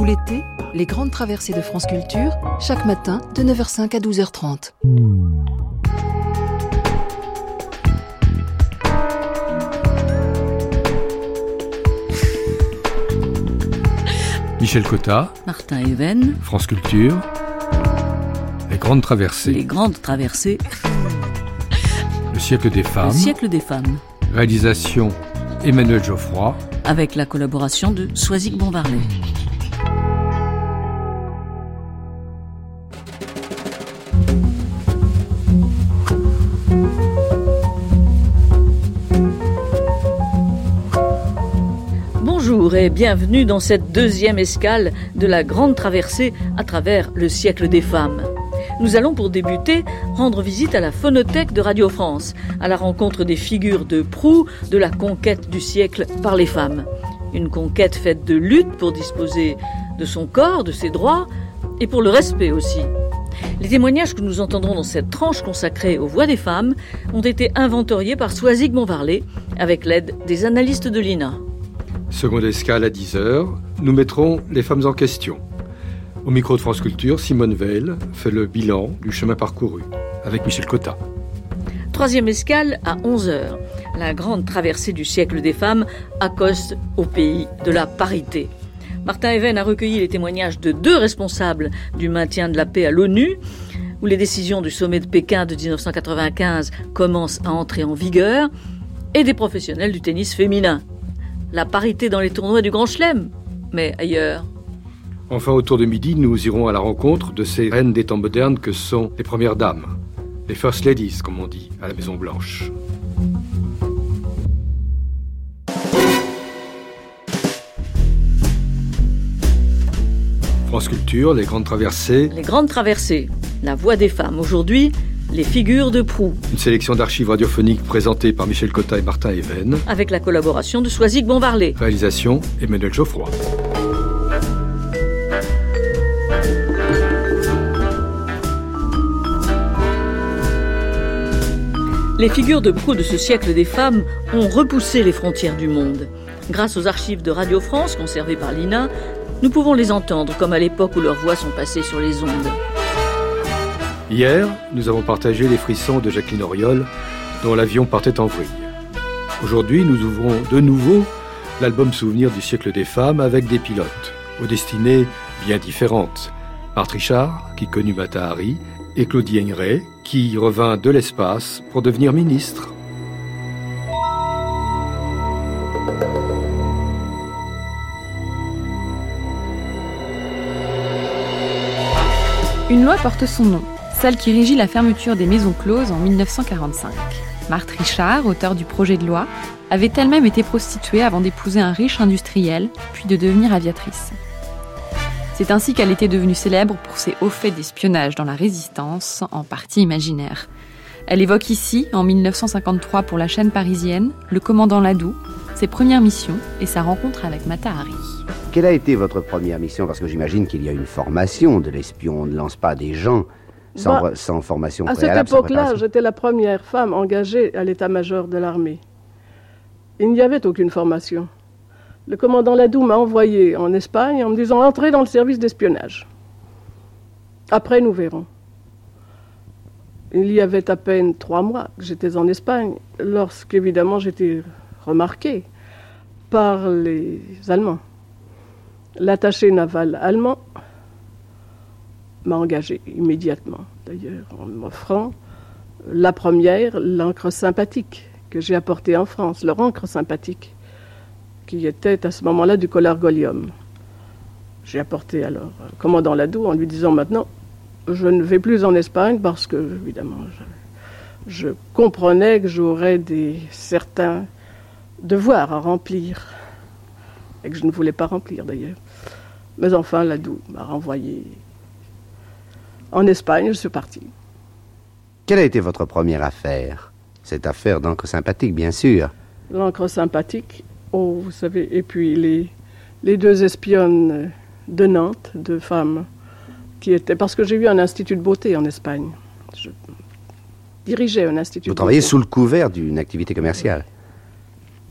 Tout l'été, les grandes traversées de France Culture, chaque matin de 9h05 à 12h30. Michel Cotta, Martin Even, France Culture, les grandes traversées. Les grandes traversées. Le siècle des femmes. Le siècle des femmes. Réalisation Emmanuel Geoffroy. Avec la collaboration de Soisig Bonvarlet. Bonjour et bienvenue dans cette deuxième escale de la grande traversée à travers le siècle des femmes. Nous allons pour débuter rendre visite à la phonothèque de Radio France, à la rencontre des figures de proue de la conquête du siècle par les femmes. Une conquête faite de lutte pour disposer de son corps, de ses droits et pour le respect aussi. Les témoignages que nous entendrons dans cette tranche consacrée aux voix des femmes ont été inventoriés par Soisig Bonvarlet avec l'aide des analystes de l'INA. Seconde escale à 10h, nous mettrons les femmes en question. Au micro de France Culture, Simone Veil fait le bilan du chemin parcouru avec Michel Cotta. Troisième escale à 11h. La grande traversée du siècle des femmes accoste au pays de la parité. Martin Even a recueilli les témoignages de 2 responsables du maintien de la paix à l'ONU, où les décisions du sommet de Pékin de 1995 commencent à entrer en vigueur, et des professionnels du tennis féminin. La parité dans les tournois du Grand Chelem, mais ailleurs. Enfin, autour de midi, nous irons à la rencontre de ces reines des temps modernes que sont les premières dames, les first ladies, comme on dit, à la Maison Blanche. France Culture, les grandes traversées. Les grandes traversées, la voix des femmes. Aujourd'hui, les figures de proue. Une sélection d'archives radiophoniques présentées par Michel Cotta et Martin Even. Avec la collaboration de Soisig Bonvarlet. Réalisation Emmanuel Geoffroy. Les figures de proue de ce siècle des femmes ont repoussé les frontières du monde. Grâce aux archives de Radio France conservées par l'INA, nous pouvons les entendre comme à l'époque où leurs voix sont passées sur les ondes. Hier, nous avons partagé les frissons de Jacqueline Auriol, dont l'avion partait en vrille. Aujourd'hui, nous ouvrons de nouveau l'album Souvenirs du siècle des femmes avec des pilotes, aux destinées bien différentes. Marthe Richard, qui connut Mata Hari, et Claudie Aigneret, qui revint de l'espace pour devenir ministre. Une loi porte son nom, celle qui régit la fermeture des maisons closes en 1945. Marthe Richard, auteure du projet de loi, avait elle-même été prostituée avant d'épouser un riche industriel, puis de devenir aviatrice. C'est ainsi qu'elle était devenue célèbre pour ses hauts faits d'espionnage dans la résistance, en partie imaginaire. Elle évoque ici, en 1953 pour la chaîne parisienne, le commandant Ladoux, ses premières missions et sa rencontre avec Mata Hari. Quelle a été votre première mission ? Parce que j'imagine qu'il y a une formation de l'espion. On ne lance pas des gens sans formation préalable. À cette époque-là, j'étais la première femme engagée à l'état-major de l'armée. Il n'y avait aucune formation. Le commandant Ladoux m'a envoyé en Espagne en me disant « Entrez dans le service d'espionnage. Après, nous verrons. » Il y avait à peine 3 mois que j'étais en Espagne, lorsqu'évidemment j'étais remarquée par les Allemands. L'attaché naval allemand m'a engagée immédiatement, d'ailleurs, en m'offrant la première, l'encre sympathique que j'ai apportée en France, leur encre sympathique, qui était à ce moment-là du collargolium. J'ai apporté alors le commandant Ladoux en lui disant maintenant, je ne vais plus en Espagne parce que, évidemment, je comprenais que j'aurais certains devoirs à remplir. Et que je ne voulais pas remplir d'ailleurs. Mais enfin, Ladoux m'a renvoyé en Espagne, je suis partie. Quelle a été votre première affaire ? Cette affaire d'encre sympathique, bien sûr. L'encre sympathique, oh, vous savez, et puis les 2 espionnes de Nantes, 2 femmes, qui étaient... Parce que j'ai eu un institut de beauté en Espagne. Je dirigeais un institut de beauté. Vous travaillez sous le couvert d'une activité commerciale ?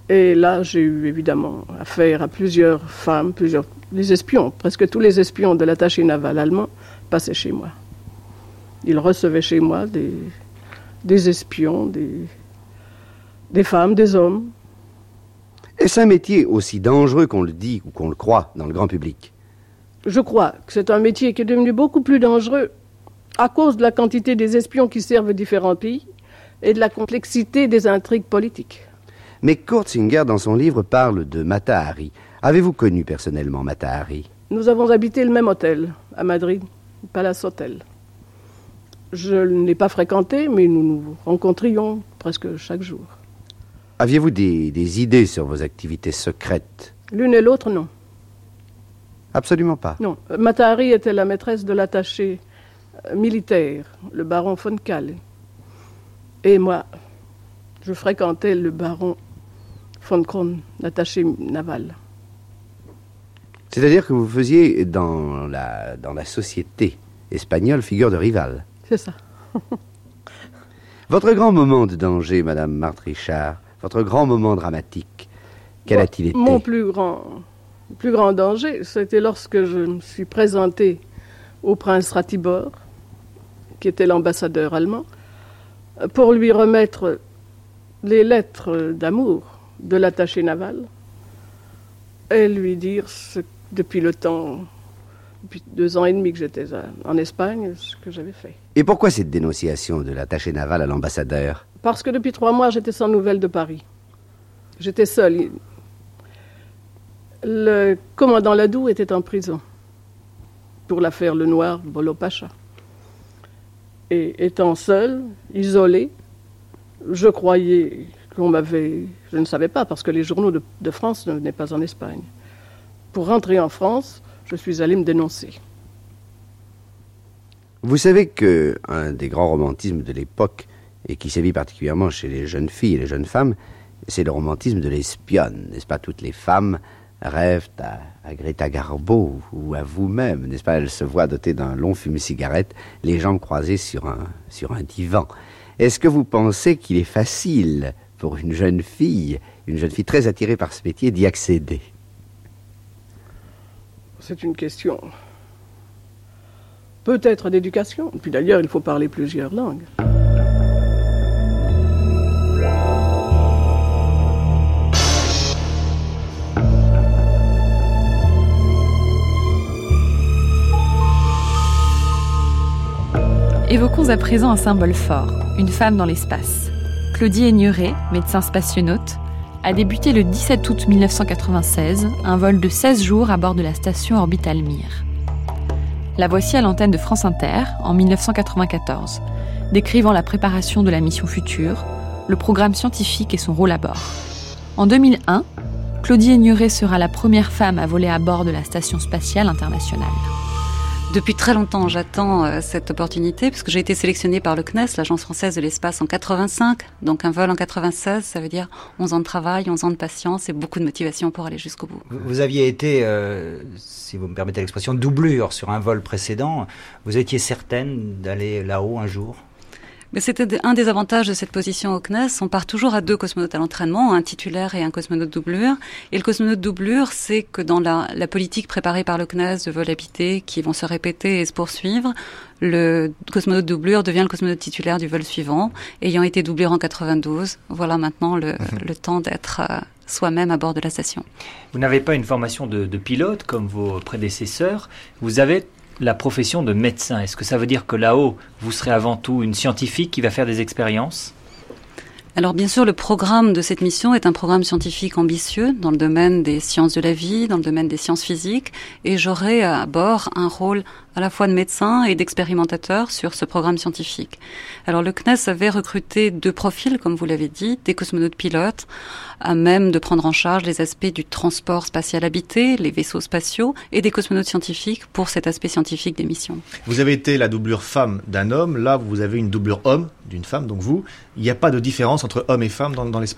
Et là, j'ai eu évidemment affaire à plusieurs femmes, des espions. Presque tous les espions de l'attaché naval allemand passaient chez moi. Ils recevaient chez moi des espions, des femmes, des hommes. Est-ce un métier aussi dangereux qu'on le dit ou qu'on le croit dans le grand public? Je crois que c'est un métier qui est devenu beaucoup plus dangereux à cause de la quantité des espions qui servent différents pays et de la complexité des intrigues politiques. Mais Kurt Singer, dans son livre, parle de Mata Hari. Avez-vous connu personnellement Mata Hari? Nous avons habité le même hôtel à Madrid, Palace Hotel. Je ne l'ai pas fréquenté, mais nous nous rencontrions presque chaque jour. Aviez-vous des idées sur vos activités secrètes? L'une et l'autre, non. Absolument pas. Non. Mata Hari était la maîtresse de l'attaché militaire, le baron von Kalle. Et moi, je fréquentais le baron von Kron, l'attaché naval. C'est-à-dire que vous faisiez dans la société espagnole figure de rival. C'est ça. Votre grand moment de danger, Madame Marthe Richard, votre grand moment dramatique, quel a-t-il été? Mon plus grand danger, c'était lorsque je me suis présentée au prince Ratibor, qui était l'ambassadeur allemand, pour lui remettre les lettres d'amour de l'attaché naval et lui dire depuis 2 ans et demi que j'étais en Espagne, ce que j'avais fait. Et pourquoi cette dénonciation de l'attaché naval à l'ambassadeur? Parce que depuis 3 mois, j'étais sans nouvelles de Paris. J'étais seule. Le commandant Ladoux était en prison pour l'affaire Le Noir, Bolo Pacha. Et étant seule, isolée, je croyais qu'on m'avait... Je ne savais pas, parce que les journaux de France ne venaient pas en Espagne. Pour rentrer en France, je suis allée me dénoncer. Vous savez qu'un des grands romantismes de l'époque, et qui sévit particulièrement chez les jeunes filles et les jeunes femmes, c'est le romantisme de l'espionne, n'est-ce pas? Toutes les femmes rêvent à Greta Garbo ou à vous-même, n'est-ce pas? Elles se voient dotées d'un long fume-cigarette, les jambes croisées sur un divan. Est-ce que vous pensez qu'il est facile pour une jeune fille très attirée par ce métier, d'y accéder? C'est une question peut-être d'éducation. Puis d'ailleurs, il faut parler plusieurs langues. Évoquons à présent un symbole fort, une femme dans l'espace. Claudie Aigneret, médecin spationaute, a débuté le 17 août 1996 un vol de 16 jours à bord de la station Orbital Mir. La voici à l'antenne de France Inter en 1994, décrivant la préparation de la mission future, le programme scientifique et son rôle à bord. En 2001, Claudie Aigneret sera la première femme à voler à bord de la Station spatiale internationale. Depuis très longtemps, j'attends cette opportunité parce que j'ai été sélectionnée par le CNES, l'Agence française de l'espace, en 85. Donc un vol en 96, ça veut dire 11 ans de travail, 11 ans de patience et beaucoup de motivation pour aller jusqu'au bout. Vous aviez été, si vous me permettez l'expression, doublure sur un vol précédent. Vous étiez certaine d'aller là-haut un jour ? Mais c'était un des avantages de cette position au CNES. On part toujours à 2 cosmonautes à l'entraînement, un titulaire et un cosmonaute doublure. Et le cosmonaute doublure, c'est que dans la politique préparée par le CNES de vol habité, qui vont se répéter et se poursuivre, le cosmonaute doublure devient le cosmonaute titulaire du vol suivant, ayant été doublure en 92. Voilà maintenant le temps d'être soi-même à bord de la station. Vous n'avez pas une formation de pilote comme vos prédécesseurs. Vous avez la profession de médecin. Est-ce que ça veut dire que là-haut, vous serez avant tout une scientifique qui va faire des expériences ? Alors bien sûr, le programme de cette mission est un programme scientifique ambitieux dans le domaine des sciences de la vie, dans le domaine des sciences physiques, et j'aurai à bord un rôle à la fois de médecin et d'expérimentateur sur ce programme scientifique. Alors le CNES avait recruté 2 profils, comme vous l'avez dit, des cosmonautes pilotes, à même de prendre en charge les aspects du transport spatial habité, les vaisseaux spatiaux, et des cosmonautes scientifiques pour cet aspect scientifique des missions. Vous avez été la doublure femme d'un homme, là vous avez une doublure homme d'une femme, donc vous, il n'y a pas de différence entre homme et femme dans l'espace ?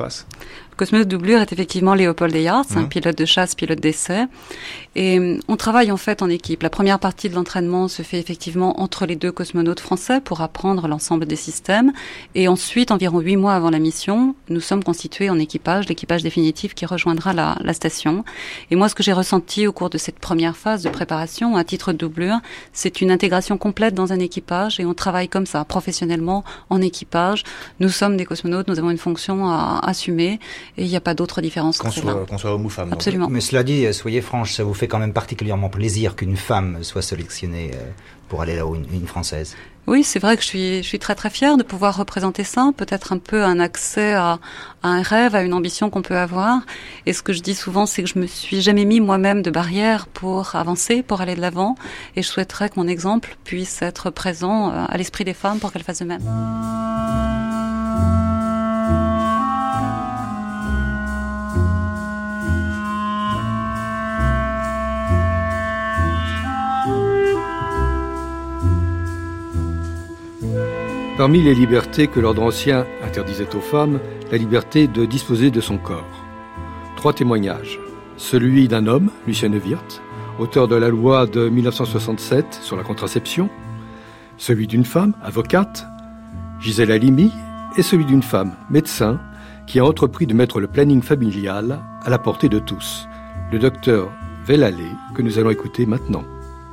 cosmonaute doublure est effectivement Léopold Eyarts, un pilote de chasse, pilote d'essai. Et on travaille en fait en équipe. La première partie de l'entraînement se fait effectivement entre les deux cosmonautes français pour apprendre l'ensemble des systèmes. Et ensuite, environ 8 mois avant la mission, nous sommes constitués en équipage, l'équipage définitif qui rejoindra la station. Et moi, ce que j'ai ressenti au cours de cette première phase de préparation, à titre de doublure, c'est une intégration complète dans un équipage et on travaille comme ça, professionnellement, en équipage. Nous sommes des cosmonautes, nous avons une fonction à assumer et il n'y a pas d'autre différence. Qu'on soit homme ou femme. Absolument. Mais cela dit, soyez franche, ça vous fait quand même particulièrement plaisir qu'une femme soit sélectionnée pour aller là-haut, une Française. Oui, c'est vrai que je suis très très fière de pouvoir représenter ça, peut-être un peu un accès à un rêve, à une ambition qu'on peut avoir. Et ce que je dis souvent, c'est que je me suis jamais mis moi-même de barrière pour avancer, pour aller de l'avant. Et je souhaiterais que mon exemple puisse être présent à l'esprit des femmes pour qu'elles fassent de même. Parmi les libertés que l'ordre ancien interdisait aux femmes, la liberté de disposer de son corps. 3 témoignages. Celui d'un homme, Lucien de Wirth, auteur de la loi de 1967 sur la contraception. Celui d'une femme, avocate, Gisèle Halimi, et celui d'une femme, médecin, qui a entrepris de mettre le planning familial à la portée de tous. Le docteur Veilalé, que nous allons écouter maintenant.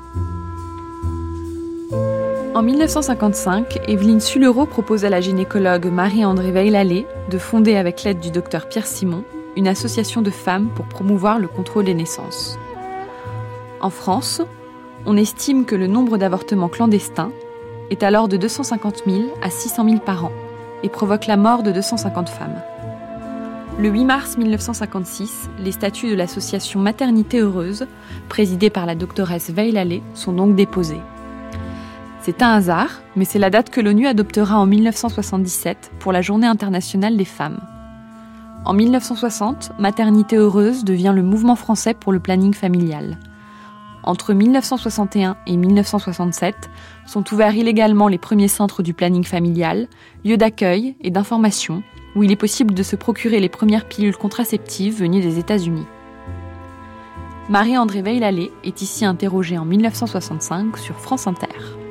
En 1955, Évelyne Sullereau propose à la gynécologue Marie-Andrée Veilalé de fonder avec l'aide du docteur Pierre Simon une association de femmes pour promouvoir le contrôle des naissances. En France, on estime que le nombre d'avortements clandestins est alors de 250 000 à 600 000 par an et provoque la mort de 250 femmes. Le 8 mars 1956, les statuts de l'association Maternité Heureuse, présidée par la doctoresse Veilalé, sont donc déposés. C'est un hasard, mais c'est la date que l'ONU adoptera en 1977 pour la Journée internationale des femmes. En 1960, Maternité Heureuse devient le mouvement français pour le planning familial. Entre 1961 et 1967, sont ouverts illégalement les premiers centres du planning familial, lieux d'accueil et d'information, où il est possible de se procurer les premières pilules contraceptives venues des États-Unis. Marie-Andrée Veilalé est ici interrogée en 1965 sur France Inter.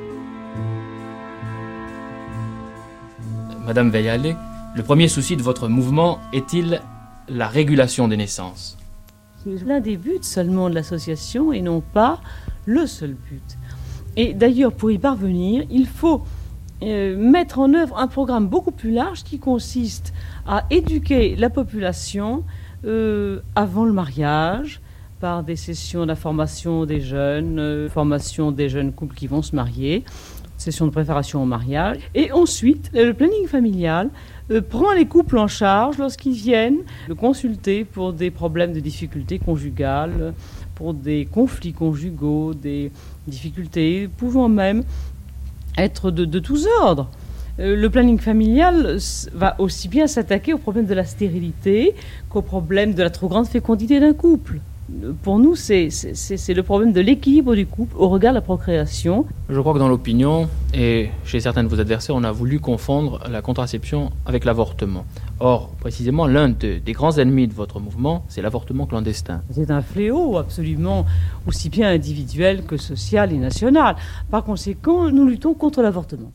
Madame Veilalé, le premier souci de votre mouvement est-il la régulation des naissances ? C'est l'un des buts seulement de l'association et non pas le seul but. Et d'ailleurs, pour y parvenir, il faut mettre en œuvre un programme beaucoup plus large qui consiste à éduquer la population avant le mariage, par des sessions d'information des jeunes, formation des jeunes couples qui vont se marier, session de préparation au mariage. Et ensuite, le planning familial prend les couples en charge lorsqu'ils viennent le consulter pour des problèmes de difficultés conjugales, pour des conflits conjugaux, des difficultés pouvant même être de tous ordres. Le planning familial va aussi bien s'attaquer au problème de la stérilité qu'au problème de la trop grande fécondité d'un couple. Pour nous, c'est le problème de l'équilibre du couple au regard de la procréation. Je crois que dans l'opinion, et chez certains de vos adversaires, on a voulu confondre la contraception avec l'avortement. Or, précisément, l'un des grands ennemis de votre mouvement, c'est l'avortement clandestin. C'est un fléau absolument aussi bien individuel que social et national. Par conséquent, nous luttons contre l'avortement.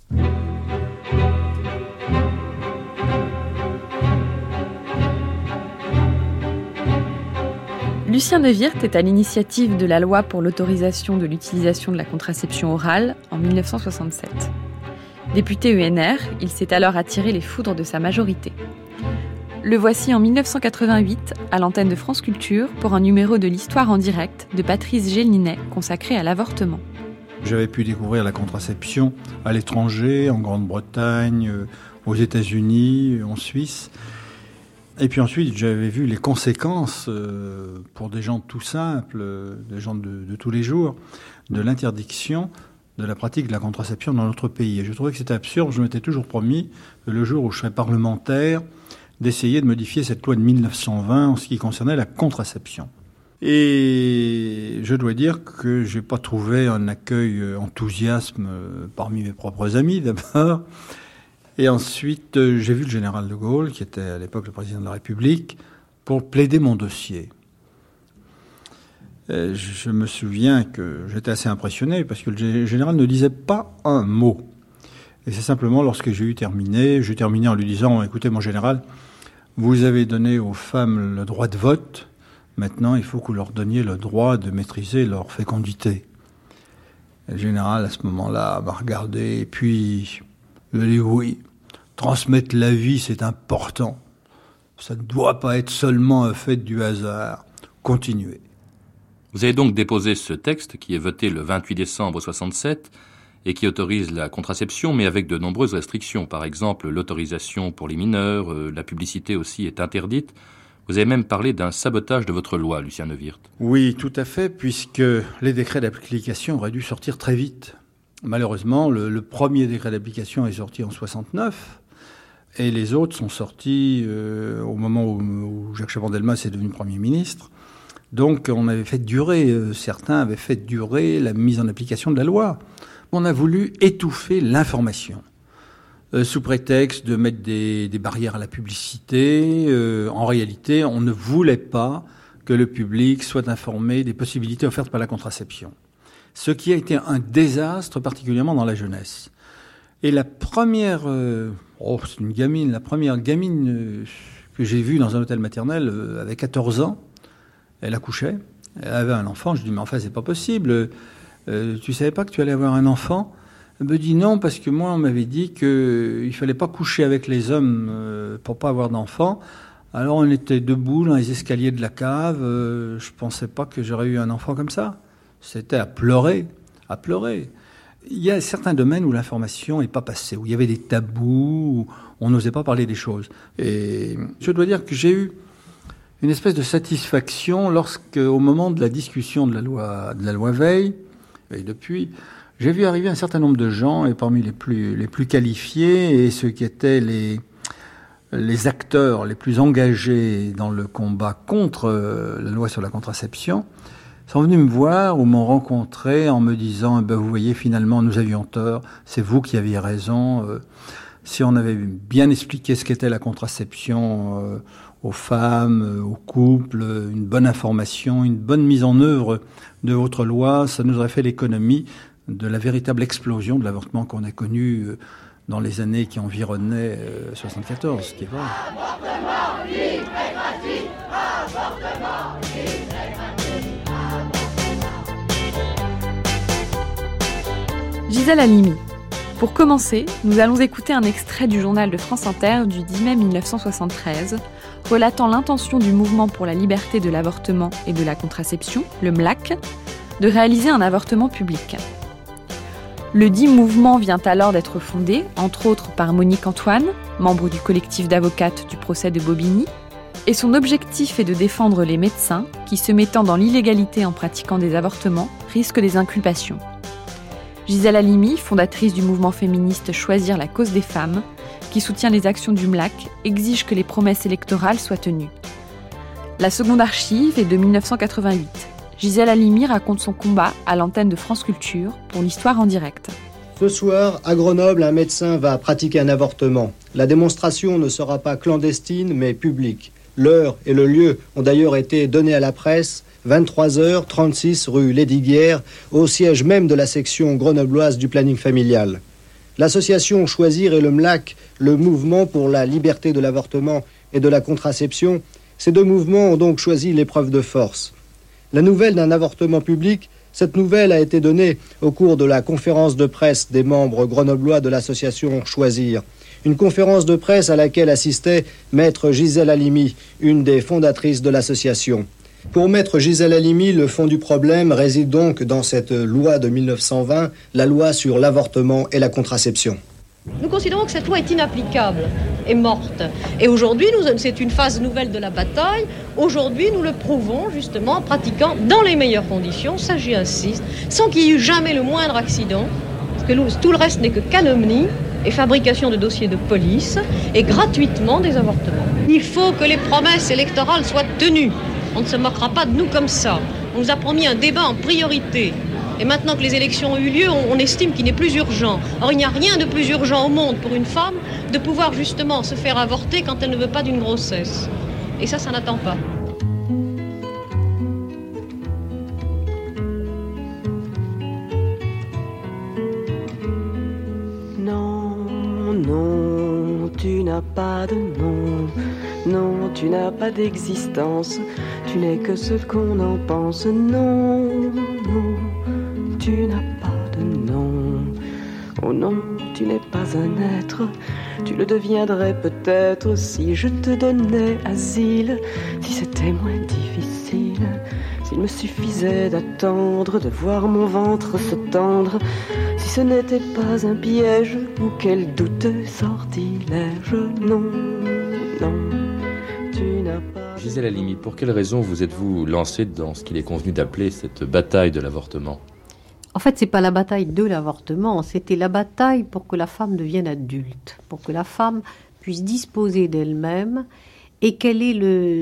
Lucien de Wirth est à l'initiative de la loi pour l'autorisation de l'utilisation de la contraception orale en 1967. Député UNR, il s'est alors attiré les foudres de sa majorité. Le voici en 1988 à l'antenne de France Culture pour un numéro de l'Histoire en direct de Patrice Gélinet consacré à l'avortement. J'avais pu découvrir la contraception à l'étranger, en Grande-Bretagne, aux États-Unis, en Suisse. Et puis ensuite, j'avais vu les conséquences pour des gens tout simples, des gens de tous les jours, de l'interdiction de la pratique de la contraception dans notre pays. Et je trouvais que c'était absurde. Je m'étais toujours promis, le jour où je serais parlementaire, d'essayer de modifier cette loi de 1920 en ce qui concernait la contraception. Et je dois dire que je n'ai pas trouvé un accueil enthousiasme parmi mes propres amis d'abord. Et ensuite, j'ai vu le général de Gaulle, qui était à l'époque le président de la République, pour plaider mon dossier. Je me souviens que j'étais assez impressionné parce que le général ne disait pas un mot. Et c'est simplement lorsque j'ai terminé en lui disant « Écoutez, mon général, vous avez donné aux femmes le droit de vote. Maintenant, il faut que vous leur donniez le droit de maîtriser leur fécondité. » Le général, à ce moment-là, m'a regardé et puis il m'a dit « Oui, transmettre la vie, c'est important. Ça ne doit pas être seulement un fait du hasard. Continuez. » Vous avez donc déposé ce texte qui est voté le 28 décembre 67 et qui autorise la contraception, mais avec de nombreuses restrictions. Par exemple, l'autorisation pour les mineurs, la publicité aussi est interdite. Vous avez même parlé d'un sabotage de votre loi, Lucien Neuwirth. Oui, tout à fait, puisque les décrets d'application auraient dû sortir très vite. Malheureusement, le premier décret d'application est sorti en 69 et les autres sont sortis au moment où Jacques Chaban-Delmas est devenu Premier ministre. Donc on avait fait durer, certains avaient fait durer la mise en application de la loi. On a voulu étouffer l'information, sous prétexte de mettre des barrières à la publicité. En réalité, on ne voulait pas que le public soit informé des possibilités offertes par la contraception. Ce qui a été un désastre, particulièrement dans la jeunesse. Et la première gamine que j'ai vue dans un hôtel maternel avait 14 ans. Elle accouchait, elle avait un enfant. Je dis, mais enfin, c'est pas possible. Tu savais pas que tu allais avoir un enfant ? Elle me dit non, parce que moi, on m'avait dit qu'il fallait pas coucher avec les hommes pour pas avoir d'enfant. Alors, on était debout dans les escaliers de la cave. Je pensais pas que j'aurais eu un enfant comme ça. C'était à pleurer, à pleurer. Il y a certains domaines où l'information n'est pas passée, où il y avait des tabous, où on n'osait pas parler des choses. Et je dois dire que j'ai eu une espèce de satisfaction lorsque, au moment de la discussion de la loi Veil, et depuis, j'ai vu arriver un certain nombre de gens, et parmi les plus qualifiés, et ceux qui étaient les acteurs les plus engagés dans le combat contre la loi sur la contraception, sont venus me voir ou m'ont rencontré en me disant vous voyez, finalement, nous avions tort, c'est vous qui aviez raison. Si on avait bien expliqué ce qu'était la contraception aux femmes, aux couples, une bonne information, une bonne mise en œuvre de votre loi, ça nous aurait fait l'économie de la véritable explosion de l'avortement qu'on a connue dans les années qui environnaient 74, ce qui est vrai. Avortement libre et gratuit, avortement libre et gratuit. Gisèle Halimi. Pour commencer, nous allons écouter un extrait du journal de France Inter du 10 mai 1973, relatant l'intention du mouvement pour la liberté de l'avortement et de la contraception, le MLAC, de réaliser un avortement public. Le dit mouvement vient alors d'être fondé, entre autres par Monique Antoine, membre du collectif d'avocates du procès de Bobigny, et son objectif est de défendre les médecins qui, se mettant dans l'illégalité en pratiquant des avortements, risquent des inculpations. Gisèle Halimi, fondatrice du mouvement féministe Choisir la cause des femmes, qui soutient les actions du MLAC, exige que les promesses électorales soient tenues. La seconde archive est de 1988. Gisèle Halimi raconte son combat à l'antenne de France Culture pour l'Histoire en direct. Ce soir, à Grenoble, un médecin va pratiquer un avortement. La démonstration ne sera pas clandestine, mais publique. L'heure et le lieu ont d'ailleurs été donnés à la presse. 23h36 rue Lesdiguières, au siège même de la section grenobloise du planning familial. L'association Choisir et le MLAC, le mouvement pour la liberté de l'avortement et de la contraception, ces deux mouvements ont donc choisi l'épreuve de force. La nouvelle d'un avortement public, cette nouvelle a été donnée au cours de la conférence de presse des membres grenoblois de l'association Choisir. Une conférence de presse à laquelle assistait Maître Gisèle Halimi, une des fondatrices de l'association. Pour Maître Gisèle Halimi, le fond du problème réside donc dans cette loi de 1920, la loi sur l'avortement et la contraception. Nous considérons que cette loi est inapplicable, est morte. Et aujourd'hui, c'est une phase nouvelle de la bataille. Aujourd'hui, nous le prouvons justement en pratiquant dans les meilleures conditions, ça j'y insiste, sans qu'il y ait eu jamais le moindre accident, parce que tout le reste n'est que calomnie et fabrication de dossiers de police, et gratuitement des avortements. Il faut que les promesses électorales soient tenues. On ne se moquera pas de nous comme ça. On nous a promis un débat en priorité. Et maintenant que les élections ont eu lieu, on estime qu'il n'est plus urgent. Or, il n'y a rien de plus urgent au monde pour une femme de pouvoir justement se faire avorter quand elle ne veut pas d'une grossesse. Et ça n'attend pas. Non, tu n'as pas de nom. Non, tu n'as pas d'existence. Tu n'es que ce qu'on en pense. Non, non, tu n'as pas de nom. Oh non, tu n'es pas un être. Tu le deviendrais peut-être si je te donnais asile. Si c'était moins difficile. S'il me suffisait d'attendre, de voir mon ventre se tendre. Si ce n'était pas un piège ou quel douteux sortilège. Non, non, tu n'as pas... Gisèle Halimi, pour quelle raison vous êtes-vous lancée dans ce qu'il est convenu d'appeler cette bataille de l'avortement ? En fait, c'est pas la bataille de l'avortement, c'était la bataille pour que la femme devienne adulte, pour que la femme puisse disposer d'elle-même et qu'elle ait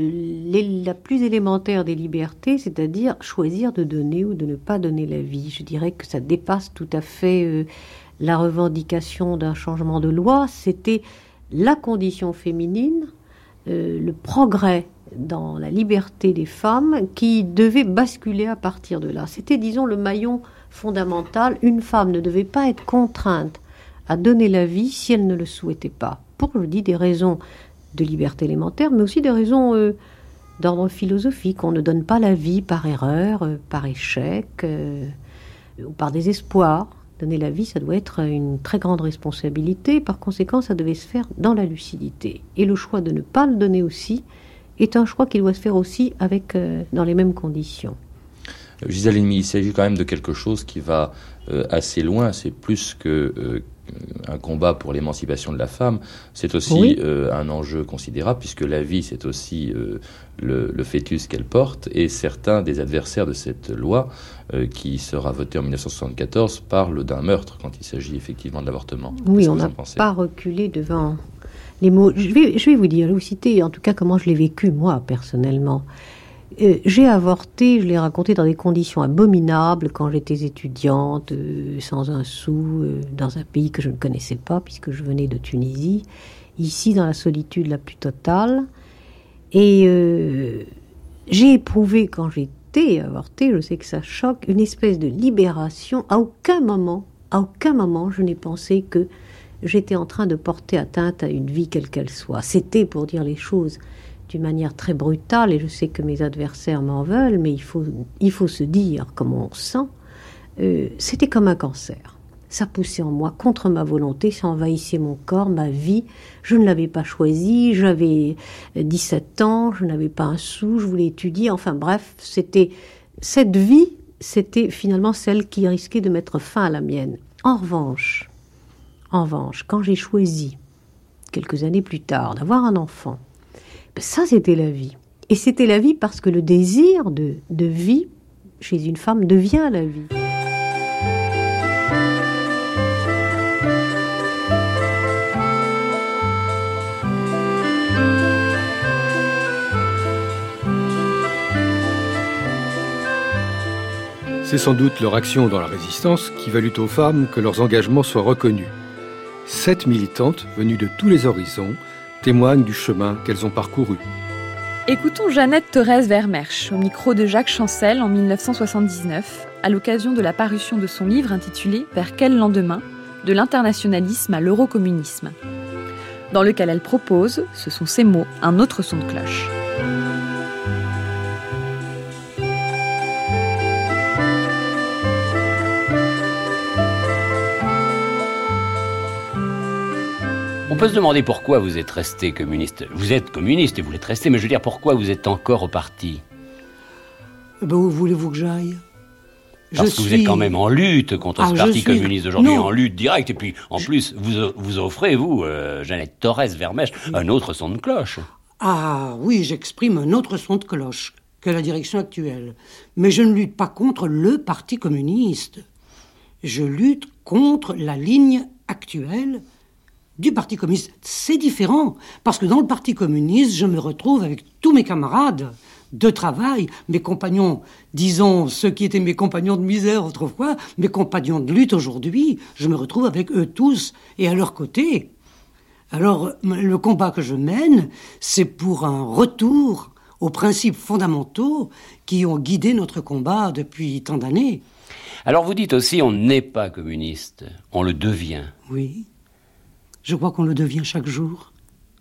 la plus élémentaire des libertés, c'est-à-dire choisir de donner ou de ne pas donner la vie. Je dirais que ça dépasse tout à fait la revendication d'un changement de loi. C'était la condition féminine, le progrès dans la liberté des femmes qui devait basculer à partir de là. C'était, disons, le maillon fondamental. Une femme ne devait pas être contrainte à donner la vie si elle ne le souhaitait pas. Pour, je dis, des raisons de liberté élémentaire, mais aussi des raisons d'ordre philosophique. On ne donne pas la vie par erreur, par échec, ou par désespoir. Donner la vie, ça doit être une très grande responsabilité. Par conséquent, ça devait se faire dans la lucidité. Et le choix de ne pas le donner aussi est un choix qui doit se faire aussi avec, dans les mêmes conditions. Gisèle Halimi, il s'agit quand même de quelque chose qui va assez loin. C'est plus que un combat pour l'émancipation de la femme. C'est aussi oui. Un enjeu considérable, puisque la vie, c'est aussi le fœtus qu'elle porte. Et certains des adversaires de cette loi, qui sera votée en 1974, parlent d'un meurtre quand il s'agit effectivement de l'avortement. Oui, on n'a pas reculé devant les mots. Je vais vous dire, je vais vous citer en tout cas comment je l'ai vécu, moi, personnellement. J'ai avorté, je l'ai raconté dans des conditions abominables quand j'étais étudiante, sans un sou, dans un pays que je ne connaissais pas puisque je venais de Tunisie, ici dans la solitude la plus totale. Et j'ai éprouvé quand j'étais avortée, je sais que ça choque, une espèce de libération. À aucun moment, je n'ai pensé que j'étais en train de porter atteinte à une vie quelle qu'elle soit. C'était, pour dire les choses d'une manière très brutale, et je sais que mes adversaires m'en veulent, mais il faut se dire, comme on sent, c'était comme un cancer. Ça poussait en moi contre ma volonté, ça envahissait mon corps, ma vie. Je ne l'avais pas choisi, j'avais 17 ans, je n'avais pas un sou, je voulais étudier. Enfin bref, cette vie, c'était finalement celle qui risquait de mettre fin à la mienne. En revanche, quand j'ai choisi, quelques années plus tard, d'avoir un enfant, ça, c'était la vie. Et c'était la vie parce que le désir de vie chez une femme devient la vie. C'est sans doute leur action dans la résistance qui valut aux femmes que leurs engagements soient reconnus. 7 militantes venues de tous les horizons témoignent du chemin qu'elles ont parcouru. Écoutons Jeannette Thorez Vermersch au micro de Jacques Chancel en 1979, à l'occasion de la parution de son livre intitulé « Vers quel lendemain ? De l'internationalisme à l'eurocommunisme », dans lequel elle propose, ce sont ses mots, un autre son de cloche. On peut se demander pourquoi vous êtes resté communiste. Vous êtes communiste et vous l'êtes resté, mais je veux dire, pourquoi vous êtes encore au parti ? Où voulez-vous que j'aille ? Parce que vous êtes quand même en lutte contre ce parti communiste d'aujourd'hui, en lutte directe. Et puis, en plus, vous offrez, vous, Jeannette Thorez Vermersch, un autre son de cloche. Ah oui, j'exprime un autre son de cloche que la direction actuelle. Mais je ne lutte pas contre le parti communiste. Je lutte contre la ligne actuelle du Parti communiste. C'est différent, parce que dans le Parti communiste, je me retrouve avec tous mes camarades de travail, mes compagnons, disons, ceux qui étaient mes compagnons de misère autrefois, mes compagnons de lutte aujourd'hui, je me retrouve avec eux tous et à leur côté. Alors, le combat que je mène, c'est pour un retour aux principes fondamentaux qui ont guidé notre combat depuis tant d'années. Alors vous dites aussi, on n'est pas communiste, on le devient. Oui, je crois qu'on le devient chaque jour.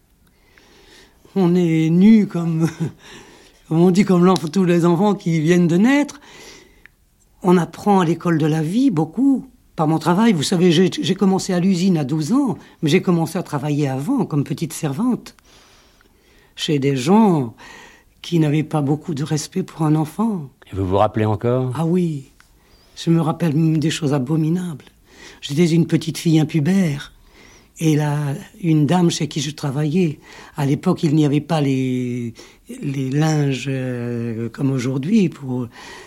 On est nus comme on dit, comme tous les enfants qui viennent de naître. On apprend à l'école de la vie beaucoup. Par mon travail, vous savez, j'ai commencé à l'usine à 12 ans, mais j'ai commencé à travailler avant, comme petite servante, chez des gens qui n'avaient pas beaucoup de respect pour un enfant. Et vous vous rappelez encore ? Ah oui, je me rappelle même des choses abominables. J'étais une petite fille impubère, et là, une dame chez qui je travaillais, à l'époque, il n'y avait pas les linges comme aujourd'hui pour...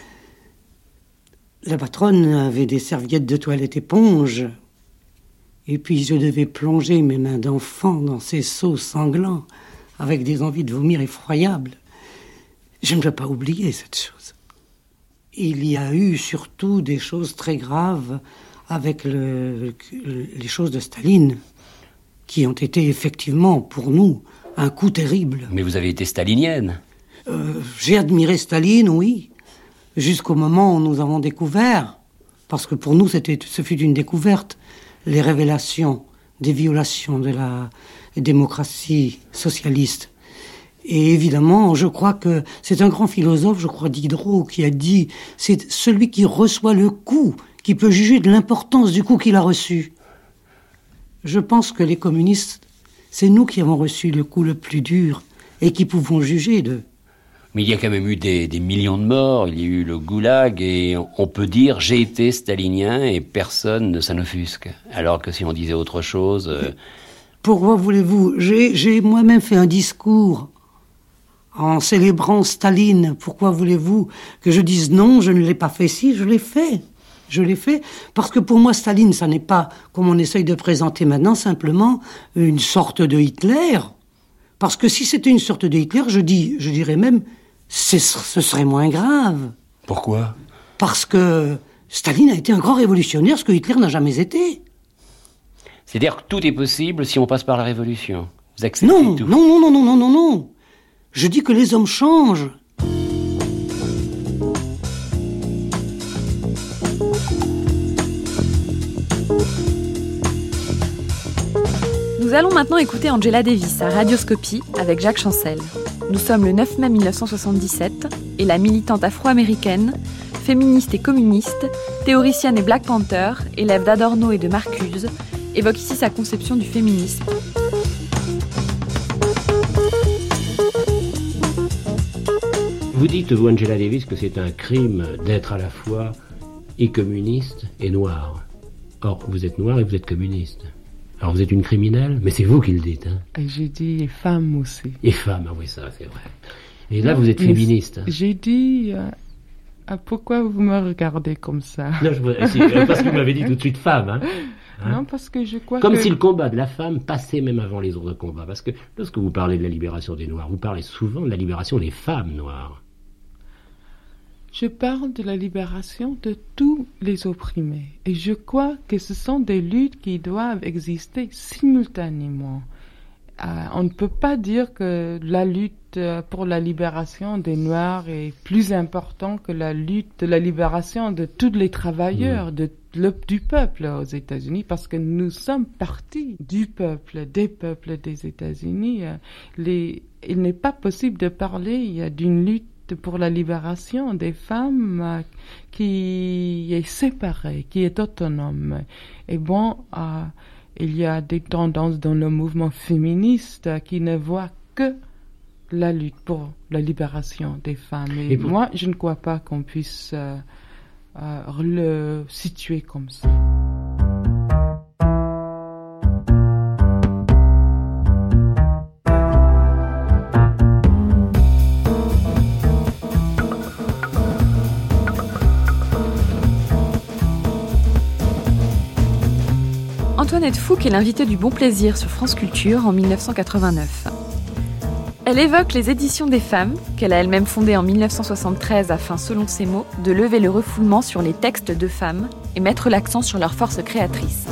La patronne avait des serviettes de toilette éponge. Et puis je devais plonger mes mains d'enfant dans ces seaux sanglants, avec des envies de vomir effroyables. Je ne peux pas oublier cette chose. Il y a eu surtout des choses très graves avec les choses de Staline, qui ont été effectivement, pour nous, un coup terrible. Mais vous avez été stalinienne. J'ai admiré Staline, oui. Jusqu'au moment où nous avons découvert, parce que pour nous ce fut une découverte, les révélations des violations de la démocratie socialiste. Et évidemment, je crois que c'est un grand philosophe, je crois Diderot, qui a dit « c'est celui qui reçoit le coup qui peut juger de l'importance du coup qu'il a reçu ». Je pense que les communistes, c'est nous qui avons reçu le coup le plus dur et qui pouvons juger d'eux. Mais il y a quand même eu des millions de morts, il y a eu le goulag, et on peut dire « j'ai été stalinien » et personne ne s'en offusque. Alors que si on disait autre chose... Pourquoi voulez-vous ? J'ai moi-même fait un discours en célébrant Staline. Pourquoi voulez-vous que je dise non, je ne l'ai pas fait? Si, je l'ai fait. Je l'ai fait parce que pour moi, Staline, ça n'est pas, comme on essaye de présenter maintenant, simplement une sorte de Hitler. Parce que si c'était une sorte de Hitler, je dirais même... ce serait moins grave. Pourquoi ? Parce que Staline a été un grand révolutionnaire, ce que Hitler n'a jamais été. C'est-à-dire que tout est possible si on passe par la révolution. Vous acceptez tout ? Non. Je dis que les hommes changent. Nous allons maintenant écouter Angela Davis à Radioscopie avec Jacques Chancel. Nous sommes le 9 mai 1977 et la militante afro-américaine, féministe et communiste, théoricienne et Black Panther, élève d'Adorno et de Marcuse, évoque ici sa conception du féminisme. Vous dites, vous, Angela Davis, que c'est un crime d'être à la fois et communiste et noir. Or, vous êtes noir et vous êtes communiste. Alors vous êtes une criminelle, mais c'est vous qui le dites. Hein. J'ai dit et femme aussi. Et femme, ah oui, ça c'est vrai. Et là, vous êtes féministe. J'ai dit, pourquoi vous me regardez comme ça? Non, parce que vous m'avez dit tout de suite femme. Hein. Non, parce que je crois Comme si le combat de la femme passait même avant les autres combats. Parce que lorsque vous parlez de la libération des Noirs, vous parlez souvent de la libération des femmes noires. Je parle de la libération de tous les opprimés. Et je crois que ce sont des luttes qui doivent exister simultanément. On ne peut pas dire que la lutte pour la libération des Noirs est plus importante que la lutte de la libération de tous les travailleurs, du peuple aux États-Unis, parce que nous sommes partis du peuple, des peuples des États-Unis. Il n'est pas possible de parler d'une lutte pour la libération des femmes qui est séparée, qui est autonome. Et bon, il y a des tendances dans le mouvement féministe qui ne voient que la lutte pour la libération des femmes. Et moi, je ne crois pas qu'on puisse le situer comme ça. Antoinette Fouque est l'invitée du Bon Plaisir sur France Culture en 1989. Elle évoque les éditions des femmes, qu'elle a elle-même fondées en 1973 afin, selon ses mots, de lever le refoulement sur les textes de femmes et mettre l'accent sur leur force créatrice.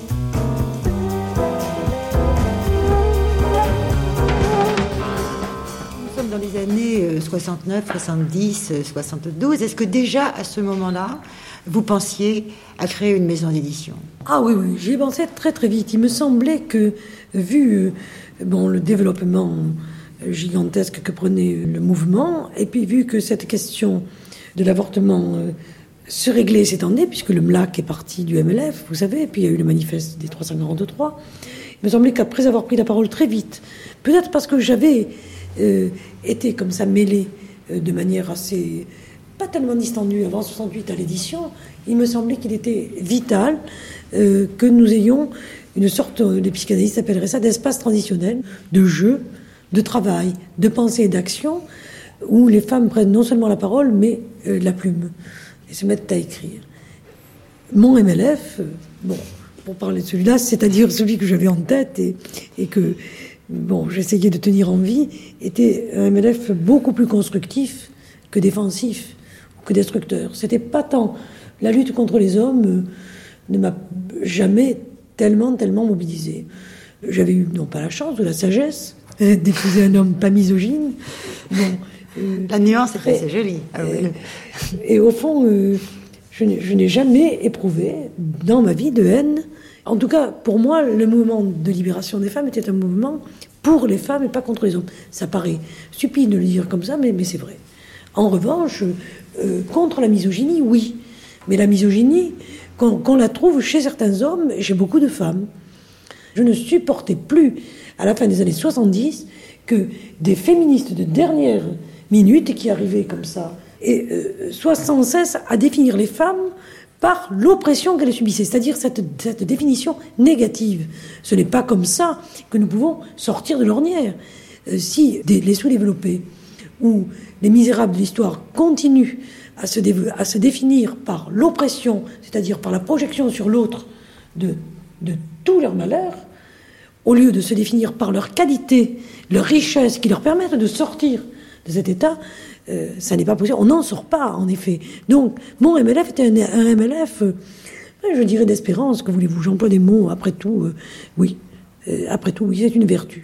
Nous sommes dans les années 69, 70, 72. Est-ce que déjà, à ce moment-là, vous pensiez à créer une maison d'édition? Ah oui, j'y ai pensé très très vite. Il me semblait que, vu le développement gigantesque que prenait le mouvement, et puis vu que cette question de l'avortement se réglait et s'étendait, puisque le MLAC est parti du MLF, vous savez, et puis il y a eu le manifeste des 343, il me semblait qu'après avoir pris la parole très vite, peut-être parce que j'avais été comme ça mêlée de manière assez, pas tellement distendue avant 68 à l'édition, il me semblait qu'il était vital que nous ayons une sorte, les psychanalystes appelleraient ça, d'espace transitionnel, de jeu, de travail, de pensée et d'action, où les femmes prennent non seulement la parole, mais la plume, et se mettent à écrire. Mon MLF, pour parler de celui-là, c'est-à-dire celui que j'avais en tête et que j'essayais de tenir en vie, était un MLF beaucoup plus constructif que défensif, que destructeur. C'était pas tant la lutte contre les hommes ne m'a jamais tellement mobilisée. J'avais eu, non pas la chance, ou la sagesse, d'épouser un homme pas misogyne. La nuance est assez jolie. Et au fond, je n'ai jamais éprouvé dans ma vie de haine. En tout cas, pour moi, le mouvement de libération des femmes était un mouvement pour les femmes et pas contre les hommes. Ça paraît stupide de le dire comme ça, mais c'est vrai. En revanche, contre la misogynie, oui. Mais la misogynie, qu'on la trouve chez certains hommes et chez beaucoup de femmes. Je ne supportais plus, à la fin des années 70, que des féministes de dernière minute qui arrivaient comme ça, et soient sans cesse à définir les femmes par l'oppression qu'elles subissaient, c'est-à-dire cette définition négative. Ce n'est pas comme ça que nous pouvons sortir de l'ornière. Si les sous-développés ou les misérables de l'histoire continuent à se définir par l'oppression, c'est-à-dire par la projection sur l'autre de tous leurs malheurs, au lieu de se définir par leur qualité, leur richesse, qui leur permettent de sortir de cet état, ça n'est pas possible. On n'en sort pas, en effet. Donc, mon MLF était un MLF, je dirais d'espérance, que voulez-vous, j'emploie des mots, après tout, oui, c'est une vertu.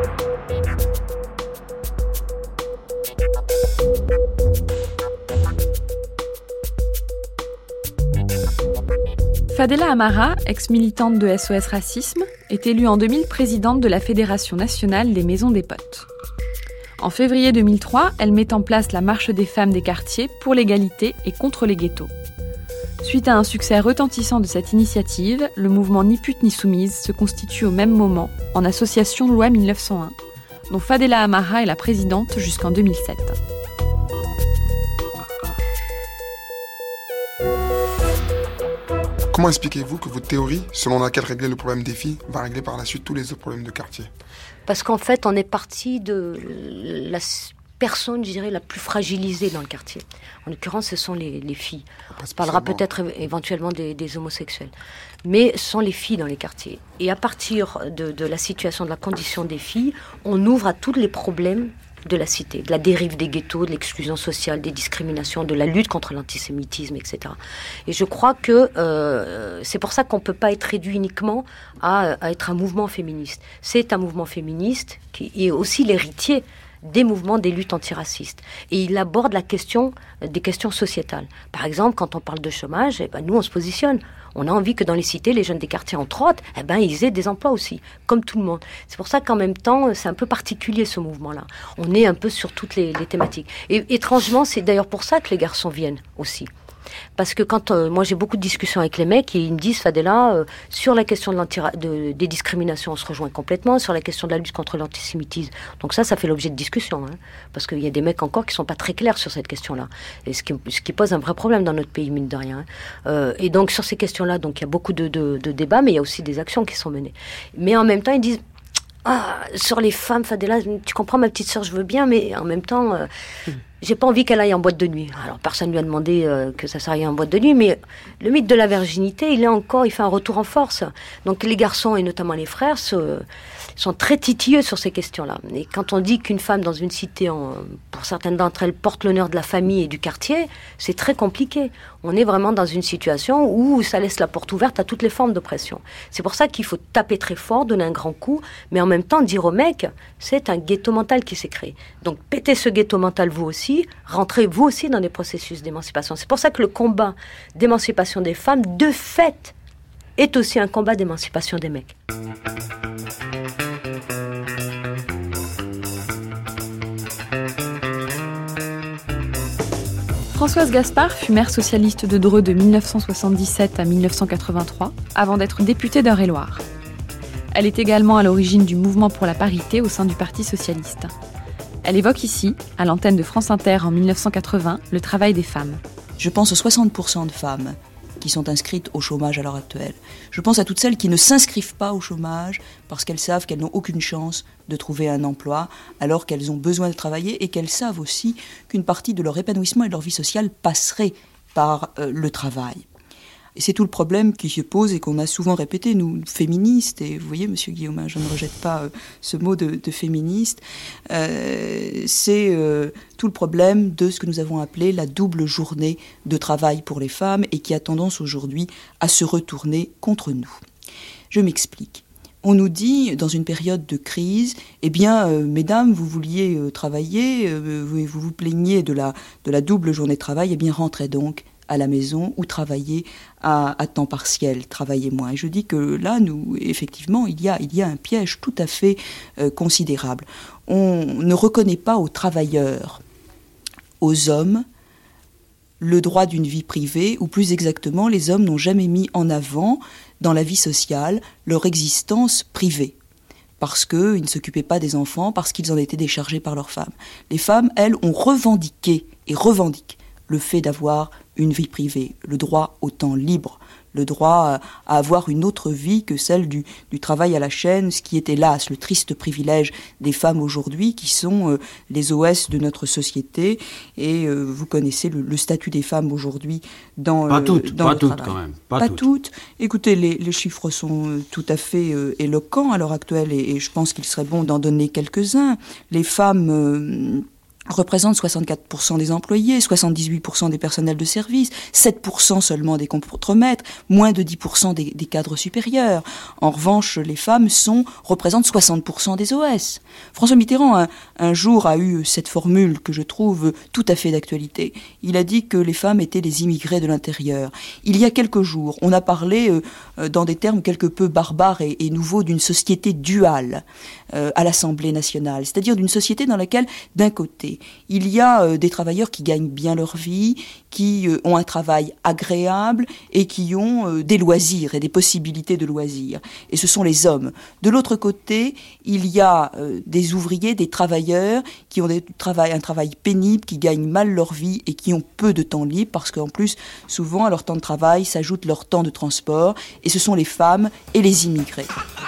Fadela Amara, ex-militante de SOS Racisme, est élue en 2000 présidente de la Fédération nationale des maisons des potes. En février 2003, elle met en place la marche des femmes des quartiers pour l'égalité et contre les ghettos. Suite à un succès retentissant de cette initiative, le mouvement Ni pute ni soumise se constitue au même moment en association Loi 1901, dont Fadela Amara est la présidente jusqu'en 2007. Comment expliquez-vous que votre théorie, selon laquelle régler le problème des filles, va régler par la suite tous les autres problèmes de quartier? Parce qu'en fait, on est parti de la personne, je dirais, la plus fragilisée dans le quartier. En l'occurrence, ce sont les filles. On parlera peut-être éventuellement des homosexuels. Mais ce sont les filles dans les quartiers. Et à partir de la situation, de la condition des filles, on ouvre à tous les problèmes de la cité, de la dérive des ghettos, de l'exclusion sociale, des discriminations, de la lutte contre l'antisémitisme, etc. Et je crois que c'est pour ça qu'on ne peut pas être réduit uniquement à être un mouvement féministe. C'est un mouvement féministe qui est aussi l'héritier des mouvements des luttes antiracistes. Et il aborde des questions sociétales. Par exemple, quand on parle de chômage, nous on se positionne. On a envie que dans les cités, les jeunes des quartiers, entre autres, ils aient des emplois aussi, comme tout le monde. C'est pour ça qu'en même temps, c'est un peu particulier ce mouvement-là. On est un peu sur toutes les thématiques. Et étrangement, c'est d'ailleurs pour ça que les garçons viennent aussi. Parce que quand moi j'ai beaucoup de discussions avec les mecs, ils me disent, Fadela, sur la question des discriminations, on se rejoint complètement, sur la question de la lutte contre l'antisémitisme. Donc ça fait l'objet de discussions, parce qu'il y a des mecs encore qui sont pas très clairs sur cette question-là, et ce qui pose un vrai problème dans notre pays, mine de rien. Et donc sur ces questions-là, donc il y a beaucoup de débats, mais il y a aussi des actions qui sont menées. Mais en même temps, ils disent, sur les femmes, Fadela, tu comprends, ma petite sœur, je veux bien, mais en même temps, j'ai pas envie qu'elle aille en boîte de nuit. Alors, personne lui a demandé que ça s'aille en boîte de nuit, mais le mythe de la virginité, il fait un retour en force. Donc, les garçons, et notamment les frères, sont très titilleux sur ces questions-là. Et quand on dit qu'une femme dans une cité, pour certaines d'entre elles, porte l'honneur de la famille et du quartier, c'est très compliqué. On est vraiment dans une situation où ça laisse la porte ouverte à toutes les formes d'oppression. C'est pour ça qu'il faut taper très fort, donner un grand coup, mais en même temps dire aux mecs, c'est un ghetto mental qui s'est créé. Donc pétez ce ghetto mental vous aussi, rentrez vous aussi dans des processus d'émancipation. C'est pour ça que le combat d'émancipation des femmes, de fait, est aussi un combat d'émancipation des mecs. Françoise Gaspard fut maire socialiste de Dreux de 1977 à 1983, avant d'être députée d'Eure-et-Loir. Elle est également à l'origine du mouvement pour la parité au sein du Parti socialiste. Elle évoque ici, à l'antenne de France Inter en 1980, le travail des femmes. Je pense aux 60% de femmes qui sont inscrites au chômage à l'heure actuelle. Je pense à toutes celles qui ne s'inscrivent pas au chômage parce qu'elles savent qu'elles n'ont aucune chance de trouver un emploi alors qu'elles ont besoin de travailler et qu'elles savent aussi qu'une partie de leur épanouissement et de leur vie sociale passerait par le travail. Et c'est tout le problème qui se pose et qu'on a souvent répété, nous, féministes, et vous voyez, Monsieur Guillaume, je ne rejette pas ce mot de féministe, c'est tout le problème de ce que nous avons appelé la double journée de travail pour les femmes et qui a tendance aujourd'hui à se retourner contre nous. Je m'explique. On nous dit, dans une période de crise, eh bien, mesdames, vous vouliez travailler, vous vous plaigniez de la double journée de travail, eh bien, rentrez donc à la maison ou travailler à temps partiel, travailler moins. Et je dis que là, effectivement, il y a un piège tout à fait considérable. On ne reconnaît pas aux travailleurs, aux hommes, le droit d'une vie privée, ou plus exactement, les hommes n'ont jamais mis en avant, dans la vie sociale, leur existence privée. Parce qu'ils ne s'occupaient pas des enfants, parce qu'ils en étaient déchargés par leurs femmes. Les femmes, elles, ont revendiqué et revendiquent le fait d'avoir une vie privée, le droit au temps libre, le droit à avoir une autre vie que celle du travail à la chaîne, ce qui est hélas le triste privilège des femmes aujourd'hui, qui sont les OS de notre société. Et vous connaissez le statut des femmes aujourd'hui dans le travail. Pas toutes quand même. Pas toutes. Écoutez, les chiffres sont tout à fait éloquents à l'heure actuelle et je pense qu'il serait bon d'en donner quelques-uns. Les femmes représentent 64% des employés, 78% des personnels de service, 7% seulement des contremaîtres, moins de 10% des cadres supérieurs. En revanche, les femmes représentent 60% des OS. François Mitterrand, un jour, a eu cette formule que je trouve tout à fait d'actualité. Il a dit que les femmes étaient les immigrés de l'intérieur. Il y a quelques jours, on a parlé, dans des termes quelque peu barbares et nouveaux, d'une société duale à l'Assemblée nationale, c'est-à-dire d'une société dans laquelle, d'un côté, il y a des travailleurs qui gagnent bien leur vie, qui ont un travail agréable et qui ont des loisirs et des possibilités de loisirs. Et ce sont les hommes. De l'autre côté, il y a des ouvriers, des travailleurs qui ont un travail pénible, qui gagnent mal leur vie et qui ont peu de temps libre parce qu'en plus, souvent, à leur temps de travail s'ajoute leur temps de transport et ce sont les femmes et les immigrés.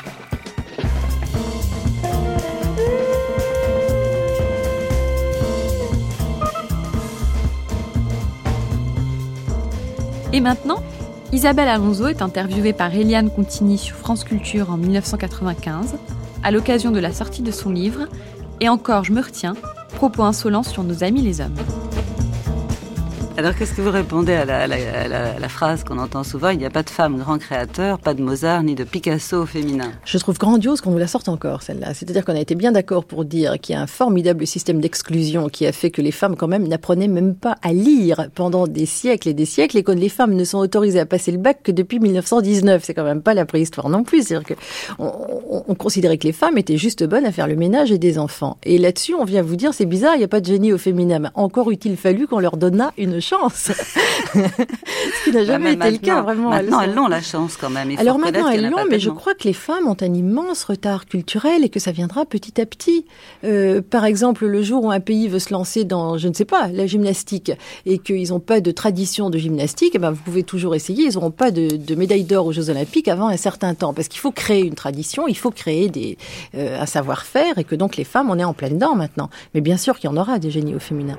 Et maintenant, Isabelle Alonso est interviewée par Eliane Contigny sur France Culture en 1995, à l'occasion de la sortie de son livre « Et encore, je me retiens, propos insolents sur nos amis les hommes ». Alors qu'est-ce que vous répondez à la phrase qu'on entend souvent, il n'y a pas de femme grand créateur, pas de Mozart ni de Picasso au féminin? Je trouve grandiose qu'on nous la sorte encore, celle-là. C'est-à-dire qu'on a été bien d'accord pour dire qu'il y a un formidable système d'exclusion qui a fait que les femmes, quand même, n'apprenaient même pas à lire pendant des siècles et que les femmes ne sont autorisées à passer le bac que depuis 1919. C'est quand même pas la préhistoire non plus. C'est-à-dire qu'on considérait que les femmes étaient juste bonnes à faire le ménage et des enfants. Et là-dessus, on vient vous dire, c'est bizarre, il n'y a pas de génie au féminin. Mais encore eût-il fallu qu'on leur donnât une chance. Ce qui n'a jamais été le cas, vraiment. Maintenant, elles l'ont la chance quand même. Alors maintenant, elles l'ont, mais je crois que les femmes ont un immense retard culturel et que ça viendra petit à petit. Par exemple, le jour où un pays veut se lancer dans, je ne sais pas, la gymnastique et qu'ils n'ont pas de tradition de gymnastique, eh ben, vous pouvez toujours essayer. Ils n'auront pas de médaille d'or aux Jeux Olympiques avant un certain temps. Parce qu'il faut créer une tradition, il faut créer un savoir-faire et que donc les femmes, on est en plein dedans maintenant. Mais bien sûr qu'il y en aura des génies au féminin.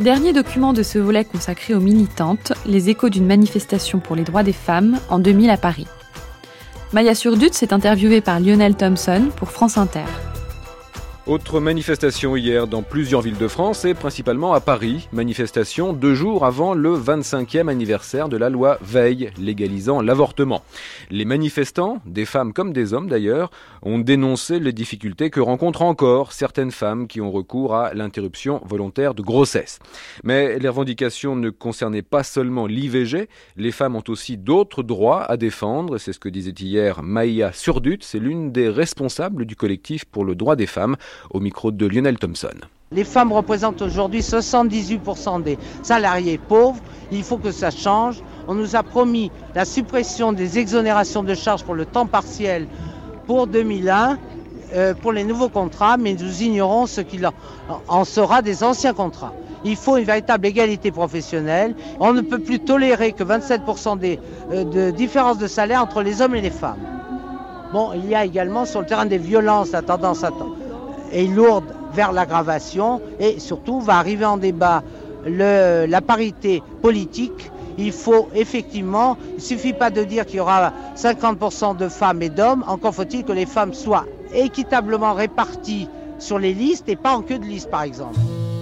dernier document de ce volet consacré aux militantes, les échos d'une manifestation pour les droits des femmes en 2000 à Paris. Maya Surdut s'est interviewée par Lionel Thompson pour France Inter. Autre manifestation hier dans plusieurs villes de France et principalement à Paris. Manifestation 2 jours avant le 25e anniversaire de la loi Veil, légalisant l'avortement. Les manifestants, des femmes comme des hommes d'ailleurs, ont dénoncé les difficultés que rencontrent encore certaines femmes qui ont recours à l'interruption volontaire de grossesse. Mais les revendications ne concernaient pas seulement l'IVG, les femmes ont aussi d'autres droits à défendre. C'est ce que disait hier Maya Surdut, c'est l'une des responsables du collectif pour le droit des femmes, au micro de Lionel Thompson. Les femmes représentent aujourd'hui 78% des salariés pauvres. Il faut que ça change. On nous a promis la suppression des exonérations de charges pour le temps partiel pour 2001, pour les nouveaux contrats, mais nous ignorons ce qu'il en sera des anciens contrats. Il faut une véritable égalité professionnelle. On ne peut plus tolérer que 27% de différence de salaire entre les hommes et les femmes. Bon, il y a également sur le terrain des violences la tendance est lourde vers l'aggravation et surtout va arriver en débat la parité politique. Il faut effectivement, il ne suffit pas de dire qu'il y aura 50% de femmes et d'hommes, encore faut-il que les femmes soient équitablement réparties sur les listes et pas en queue de liste par exemple.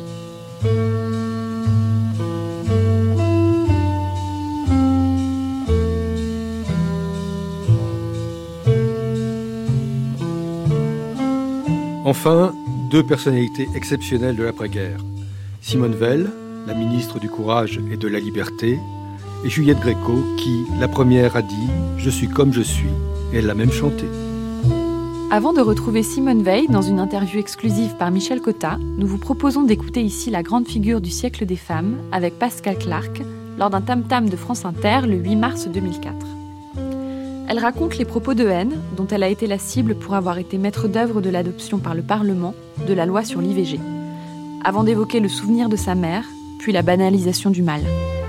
Enfin, 2 personnalités exceptionnelles de l'après-guerre. Simone Veil, la ministre du Courage et de la Liberté, et Juliette Gréco, qui, la première, a dit « Je suis comme je suis », et elle l'a même chanté. Avant de retrouver Simone Veil dans une interview exclusive par Michel Cotta, nous vous proposons d'écouter ici la grande figure du siècle des femmes avec Pascal Clark lors d'un tam-tam de France Inter le 8 mars 2004. Elle raconte les propos de haine dont elle a été la cible pour avoir été maître d'œuvre de l'adoption par le Parlement de la loi sur l'IVG, avant d'évoquer le souvenir de sa mère, puis la banalisation du mal.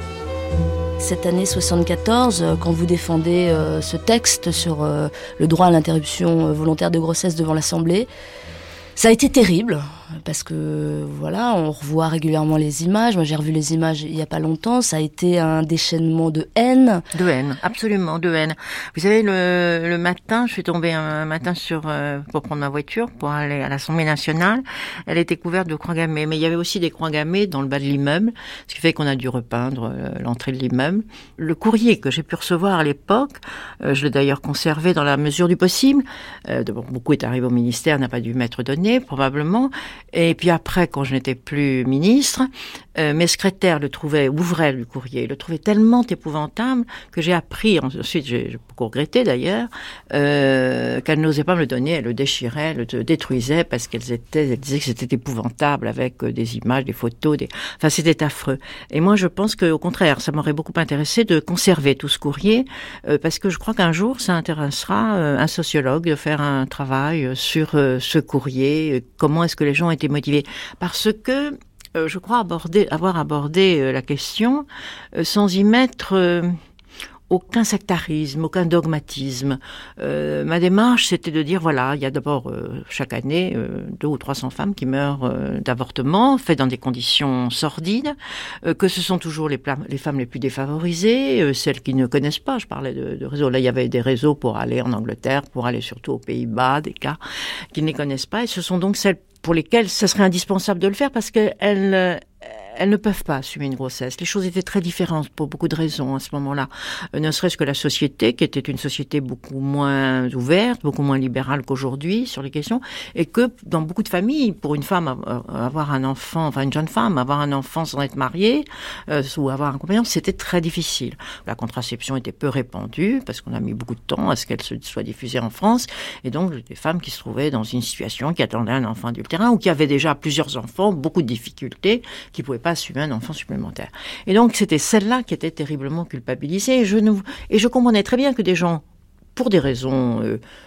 Cette année 74, quand vous défendez ce texte sur le droit à l'interruption volontaire de grossesse devant l'Assemblée, ça a été terrible, parce que voilà, on revoit régulièrement les images. Moi, j'ai revu les images il y a pas longtemps. Ça a été un déchaînement de haine. De haine, absolument, de haine. Vous savez, le matin, je suis tombée un matin pour prendre ma voiture, pour aller à l'Assemblée nationale. Elle était couverte de croix gammées. Mais il y avait aussi des croix gammées dans le bas de l'immeuble, ce qui fait qu'on a dû repeindre l'entrée de l'immeuble. Le courrier que j'ai pu recevoir à l'époque, je l'ai d'ailleurs conservé dans la mesure du possible. Beaucoup est arrivé au ministère, n'a pas dû m'être donné, probablement. Et puis après, quand je n'étais plus ministre, mes secrétaires ouvraient le courrier, le trouvaient tellement épouvantable que j'ai appris, ensuite j'ai beaucoup regretté d'ailleurs, qu'elles n'osaient pas me le donner, elles le déchiraient, elles le détruisaient parce elles disaient que c'était épouvantable avec des images, des photos, enfin c'était affreux. Et moi je pense qu'au contraire, ça m'aurait beaucoup intéressé de conserver tout ce courrier, parce que je crois qu'un jour ça intéressera un sociologue de faire un travail sur ce courrier, comment est-ce que les gens étaient motivés. Parce que je crois avoir abordé la question sans y mettre aucun sectarisme, aucun dogmatisme. Ma démarche, c'était de dire, voilà, il y a d'abord chaque année 200 ou 300 femmes qui meurent d'avortement, fait dans des conditions sordides, que ce sont toujours les femmes les plus défavorisées, celles qui ne connaissent pas. Je parlais de réseaux. Là, il y avait des réseaux pour aller en Angleterre, pour aller surtout aux Pays-Bas, des cas qui ne les connaissent pas. Et ce sont donc celles pour lesquelles ce serait indispensable de le faire parce qu'elles ne peuvent pas assumer une grossesse. Les choses étaient très différentes pour beaucoup de raisons à ce moment-là. Ne serait-ce que la société, qui était une société beaucoup moins ouverte, beaucoup moins libérale qu'aujourd'hui sur les questions, et que dans beaucoup de familles, pour une femme avoir un enfant, enfin une jeune femme, avoir un enfant sans être mariée ou avoir un compagnon, c'était très difficile. La contraception était peu répandue parce qu'on a mis beaucoup de temps à ce qu'elle soit diffusée en France, et donc des femmes qui se trouvaient dans une situation qui attendaient un enfant adultérin ou qui avaient déjà plusieurs enfants, beaucoup de difficultés, qui pouvaient pas assumer un enfant supplémentaire. Et donc, c'était celle-là qui était terriblement culpabilisée. Et je comprenais très bien que des gens, pour des raisons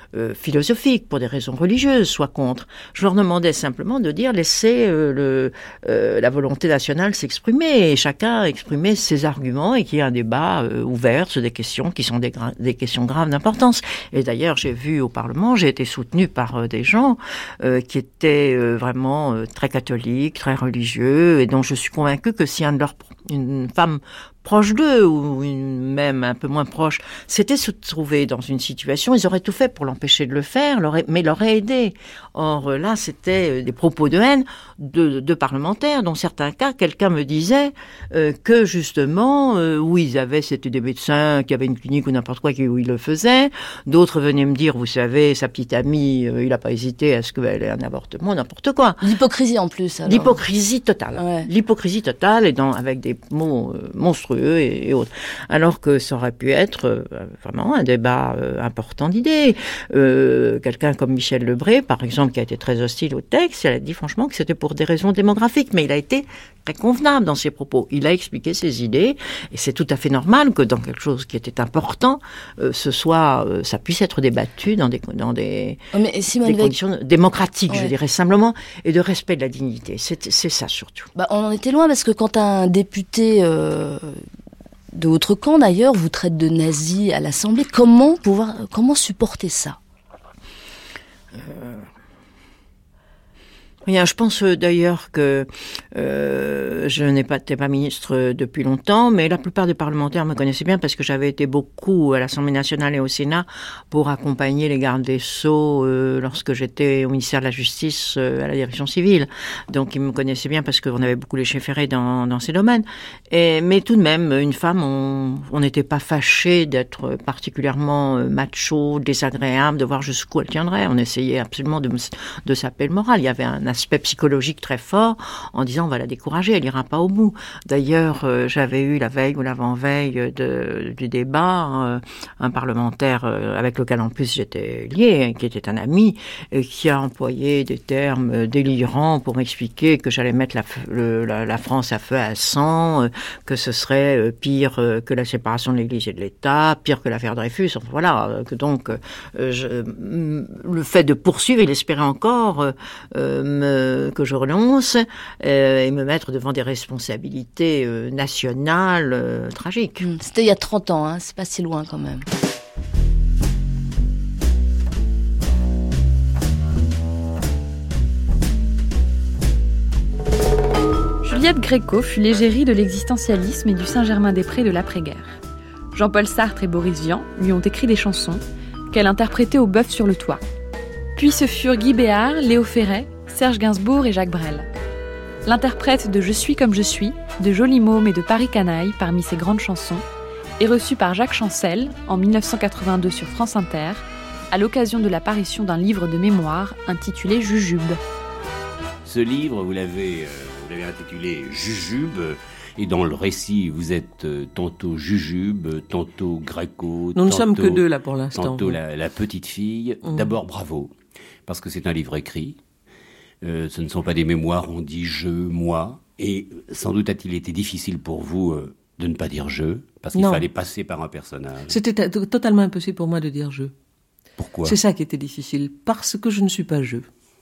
philosophiques, pour des raisons religieuses, soient contre. Je leur demandais simplement de dire laissez la volonté nationale s'exprimer et chacun exprimer ses arguments et qu'il y ait un débat ouvert sur des questions qui sont des questions graves d'importance. Et d'ailleurs, j'ai vu au Parlement, j'ai été soutenue par des gens qui étaient vraiment très catholiques, très religieux, et dont je suis convaincue que si une femme proche d'eux, ou même un peu moins proche, s'était se trouver dans une situation, ils auraient tout fait pour l'empêcher de le faire, mais l'aurait aidé. Or là, c'était des propos de haine de parlementaires, dans certains cas, quelqu'un me disait que justement, oui, c'était des médecins qui avaient une clinique ou n'importe quoi où ils le faisaient, d'autres venaient me dire, vous savez, sa petite amie, il n'a pas hésité à ce qu'elle ait un avortement, n'importe quoi. L'hypocrisie en plus, alors. L'hypocrisie totale. Ouais. L'hypocrisie totale, et avec des mots monstrueux et autres. Alors que ça aurait pu être vraiment un débat important d'idées. Quelqu'un comme Michel Lebré, par exemple, qui a été très hostile au texte, elle a dit franchement que c'était pour des raisons démographiques, mais il a été très convenable dans ses propos. Il a expliqué ses idées, et c'est tout à fait normal que dans quelque chose qui était important, ça puisse être débattu dans des conditions démocratiques, je dirais simplement, et de respect de la dignité. C'est ça surtout. On en était loin, parce que quand un député de votre camp d'ailleurs vous traite de nazi à l'Assemblée, comment supporter ça? Rien, je pense d'ailleurs que je n'étais pas ministre depuis longtemps, mais la plupart des parlementaires me connaissaient bien parce que j'avais été beaucoup à l'Assemblée nationale et au Sénat pour accompagner les gardes des Sceaux lorsque j'étais au ministère de la Justice à la direction civile. Donc ils me connaissaient bien parce qu'on avait beaucoup légiféré dans ces domaines. Mais tout de même, une femme, on n'était pas fâché d'être particulièrement macho, désagréable, de voir jusqu'où elle tiendrait. On essayait absolument de saper le moral. Il y avait un aspect psychologique très fort en disant on va la décourager, elle ira pas au bout. D'ailleurs, j'avais eu la veille ou l'avant-veille du débat un parlementaire avec lequel en plus j'étais liée, qui était un ami, qui a employé des termes délirants pour m'expliquer que j'allais mettre la France à feu à sang, que ce serait pire que la séparation de l'Église et de l'État, pire que l'affaire Dreyfus. Enfin, voilà, que donc le fait de poursuivre, il espérait encore que je renonce et me mettre devant des responsabilités nationales tragiques. C'était il y a 30 ans, c'est pas si loin quand même. Juliette Gréco fut l'égérie de l'existentialisme et du Saint-Germain-des-Prés de l'après-guerre. Jean-Paul Sartre et Boris Vian lui ont écrit des chansons qu'elle interprétait au Bœuf sur le Toit. Puis ce furent Guy Béard, Léo Ferré, Serge Gainsbourg et Jacques Brel. L'interprète de Je suis comme je suis, de Joli Môme et de Paris Canaille parmi ses grandes chansons est reçue par Jacques Chancel en 1982 sur France Inter à l'occasion de l'apparition d'un livre de mémoire intitulé Jujube. Ce livre, vous l'avez intitulé Jujube, et dans le récit, vous êtes tantôt Jujube, tantôt Gréco. Nous ne sommes que deux là pour l'instant. Tantôt la petite fille. D'abord, bravo, parce que c'est un livre écrit. Ce ne sont pas des mémoires, on dit je, moi, et sans doute a-t-il été difficile pour vous de ne pas dire je, parce qu'il fallait passer par un personnage. C'était totalement impossible pour moi de dire je. Pourquoi ? C'est ça qui était difficile, parce que je ne suis pas je.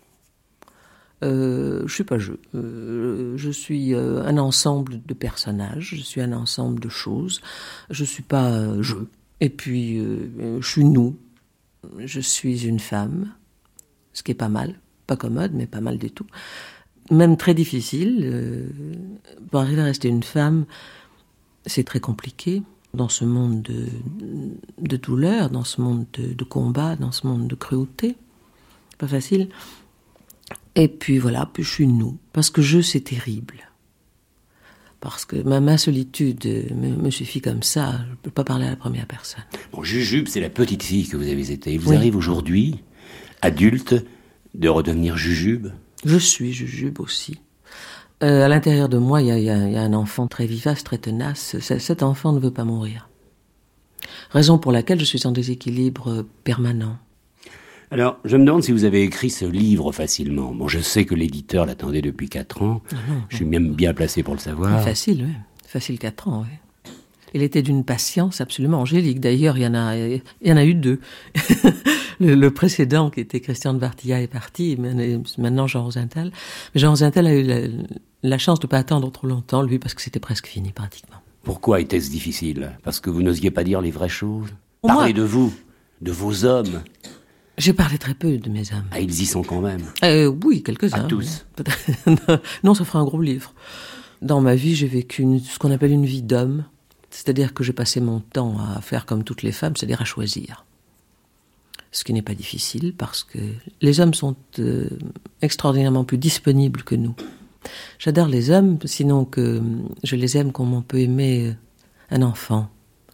Je suis pas je. Je suis un ensemble de personnages, je suis un ensemble de choses. Je suis pas je. Et puis, je suis nous. Je suis une femme, ce qui est pas mal. Pas commode, mais pas mal du tout. Même très difficile. Pour arriver à rester une femme, c'est très compliqué. Dans ce monde de douleur, dans ce monde de combat, dans ce monde de cruauté. Pas facile. Et puis voilà, puis je suis nous. Parce que c'est terrible. Parce que ma solitude me suffit comme ça. Je ne peux pas parler à la première personne. Bon, Jujube, c'est la petite fille que vous avez été. Il vous arrive aujourd'hui, adulte, de redevenir Jujube? Je suis Jujube aussi. À l'intérieur de moi, il y a un enfant très vivace, très tenace. Cet enfant ne veut pas mourir. Raison pour laquelle je suis en déséquilibre permanent. Alors, je me demande si vous avez écrit ce livre facilement. Bon, je sais que l'éditeur l'attendait depuis 4 ans. Non. Je suis même bien placé pour le savoir. Facile, oui. Facile 4 ans, oui. Il était d'une patience absolument angélique. D'ailleurs, il y en a eu 2. Le précédent, qui était Christian de Bartilla, est parti, maintenant Jean Rosenthal. Mais Jean Rosenthal a eu la chance de ne pas attendre trop longtemps, lui, parce que c'était presque fini, pratiquement. Pourquoi était-ce difficile? Parce que vous n'osiez pas dire les vraies choses? Parlez de vous, de vos hommes. J'ai parlé très peu de mes hommes. Ah, ils y sont quand même? Oui, quelques-uns. Pas tous? Non, ça ferait un gros livre. Dans ma vie, j'ai vécu ce qu'on appelle une vie d'homme. C'est-à-dire que j'ai passé mon temps à faire comme toutes les femmes, c'est-à-dire à choisir. Ce qui n'est pas difficile, parce que les hommes sont extraordinairement plus disponibles que nous. J'adore les hommes, sinon que je les aime comme on peut aimer un enfant.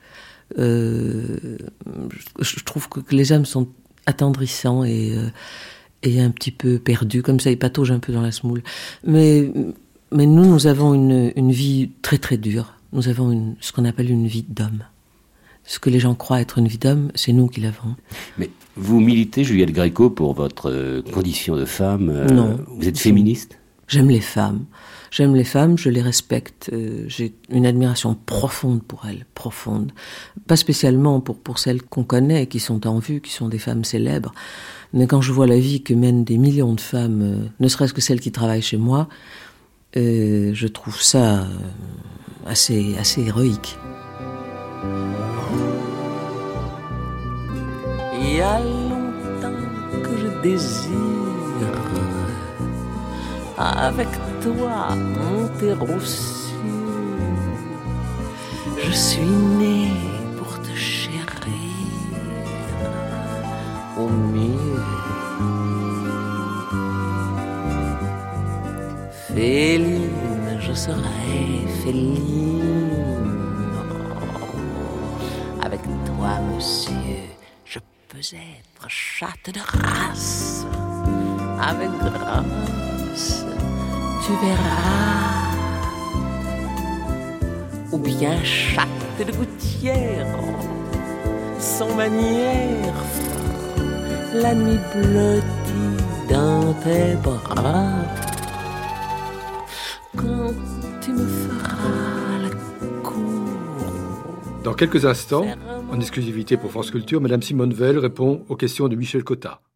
Je trouve que les hommes sont attendrissants et un petit peu perdus, comme ça, ils pataugent un peu dans la semoule. Mais nous avons une vie très très dure. Nous avons ce qu'on appelle une vie d'homme. Ce que les gens croient être une vie d'homme, c'est nous qui l'avons. Mais vous militez, Juliette Gréco, pour votre condition de femme. Non. Vous êtes féministe? J'aime les femmes. J'aime les femmes, je les respecte. J'ai une admiration profonde pour elles, profonde. Pas spécialement pour celles qu'on connaît, qui sont en vue, qui sont des femmes célèbres. Mais quand je vois la vie que mènent des millions de femmes, ne serait-ce que celles qui travaillent chez moi, je trouve ça assez héroïque. Il y a longtemps que je désire avec toi monter au ciel. Je suis né pour te chérir au mieux. Féline, je serai féline. Avec toi, monsieur, je peux être chatte de race. Avec grâce, tu verras. Ou bien chatte de gouttière, sans manière. La nuit blottie dans tes bras. Quand tu me feras la cour. Dans quelques instants, en exclusivité pour France Culture, Madame Simone Veil répond aux questions de Michel Cotta.